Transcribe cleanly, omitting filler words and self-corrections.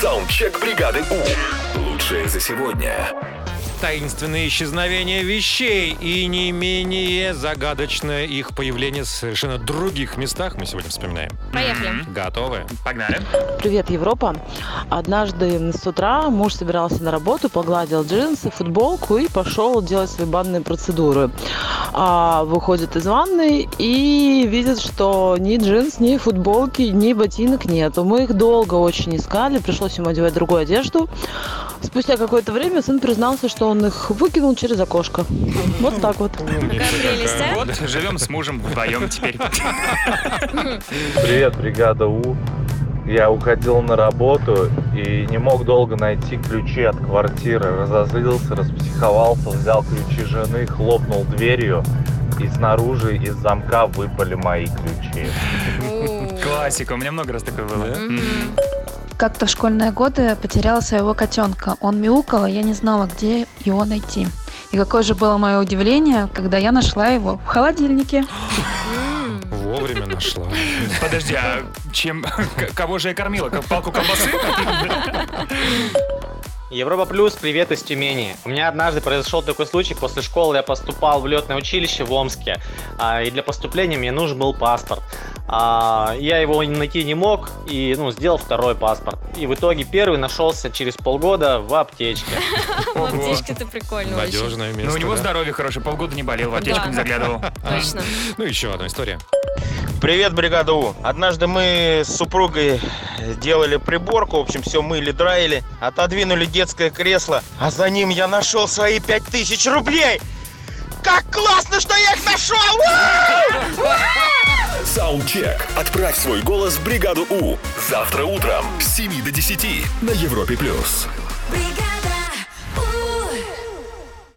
Саундчек бригады У. Лучшее за сегодня. Таинственные исчезновения вещей и не менее загадочное их появление в совершенно других местах мы сегодня вспоминаем. Поехали. Готовы? Погнали. Привет, Европа. Однажды с утра муж собирался на работу, погладил джинсы, футболку и пошел делать свои банные процедуры. Выходит из ванной и видит, что ни джинс, ни футболки, ни ботинок нету. Мы их долго очень искали, пришлось ему одевать другую одежду. Спустя какое-то время сын признался, что он их выкинул через окошко. Вот так вот. Какая прелесть, а? Вот, живем с мужем вдвоем теперь. Привет, бригада У. Я уходил на работу и не мог долго найти ключи от квартиры. Разозлился, распсиховался, взял ключи жены, хлопнул дверью. И снаружи из замка выпали мои ключи. Классика, у меня много раз такое было. Как-то в школьные годы потеряла своего котенка. Он мяукал, а я не знала, где его найти. И какое же было мое удивление, когда я нашла его в холодильнике. Вовремя нашла. Подожди, а кого же я кормила? Палку колбасы? Европа Плюс, привет из Тюмени. У меня однажды произошел такой случай. После школы я поступал в летное училище в Омске. И для поступления мне нужен был паспорт. Я его найти не мог и сделал второй паспорт. И в итоге первый нашелся через полгода в аптечке. В аптечке это прикольно очень. Надежное место. Ну, у него да? здоровье хорошее, полгода не болел, в аптечку не Да. заглядывал. Точно. Ну, еще одна история. Привет, бригада У. Однажды мы с супругой делали приборку, в общем, все мыли, драили, отодвинули детское кресло, а за ним я нашел свои 5000 рублей! Как классно, что я их нашел! Саундчек. Отправь свой голос в бригаду У. Завтра утром с 7 до 10 на Европе+. Бригада!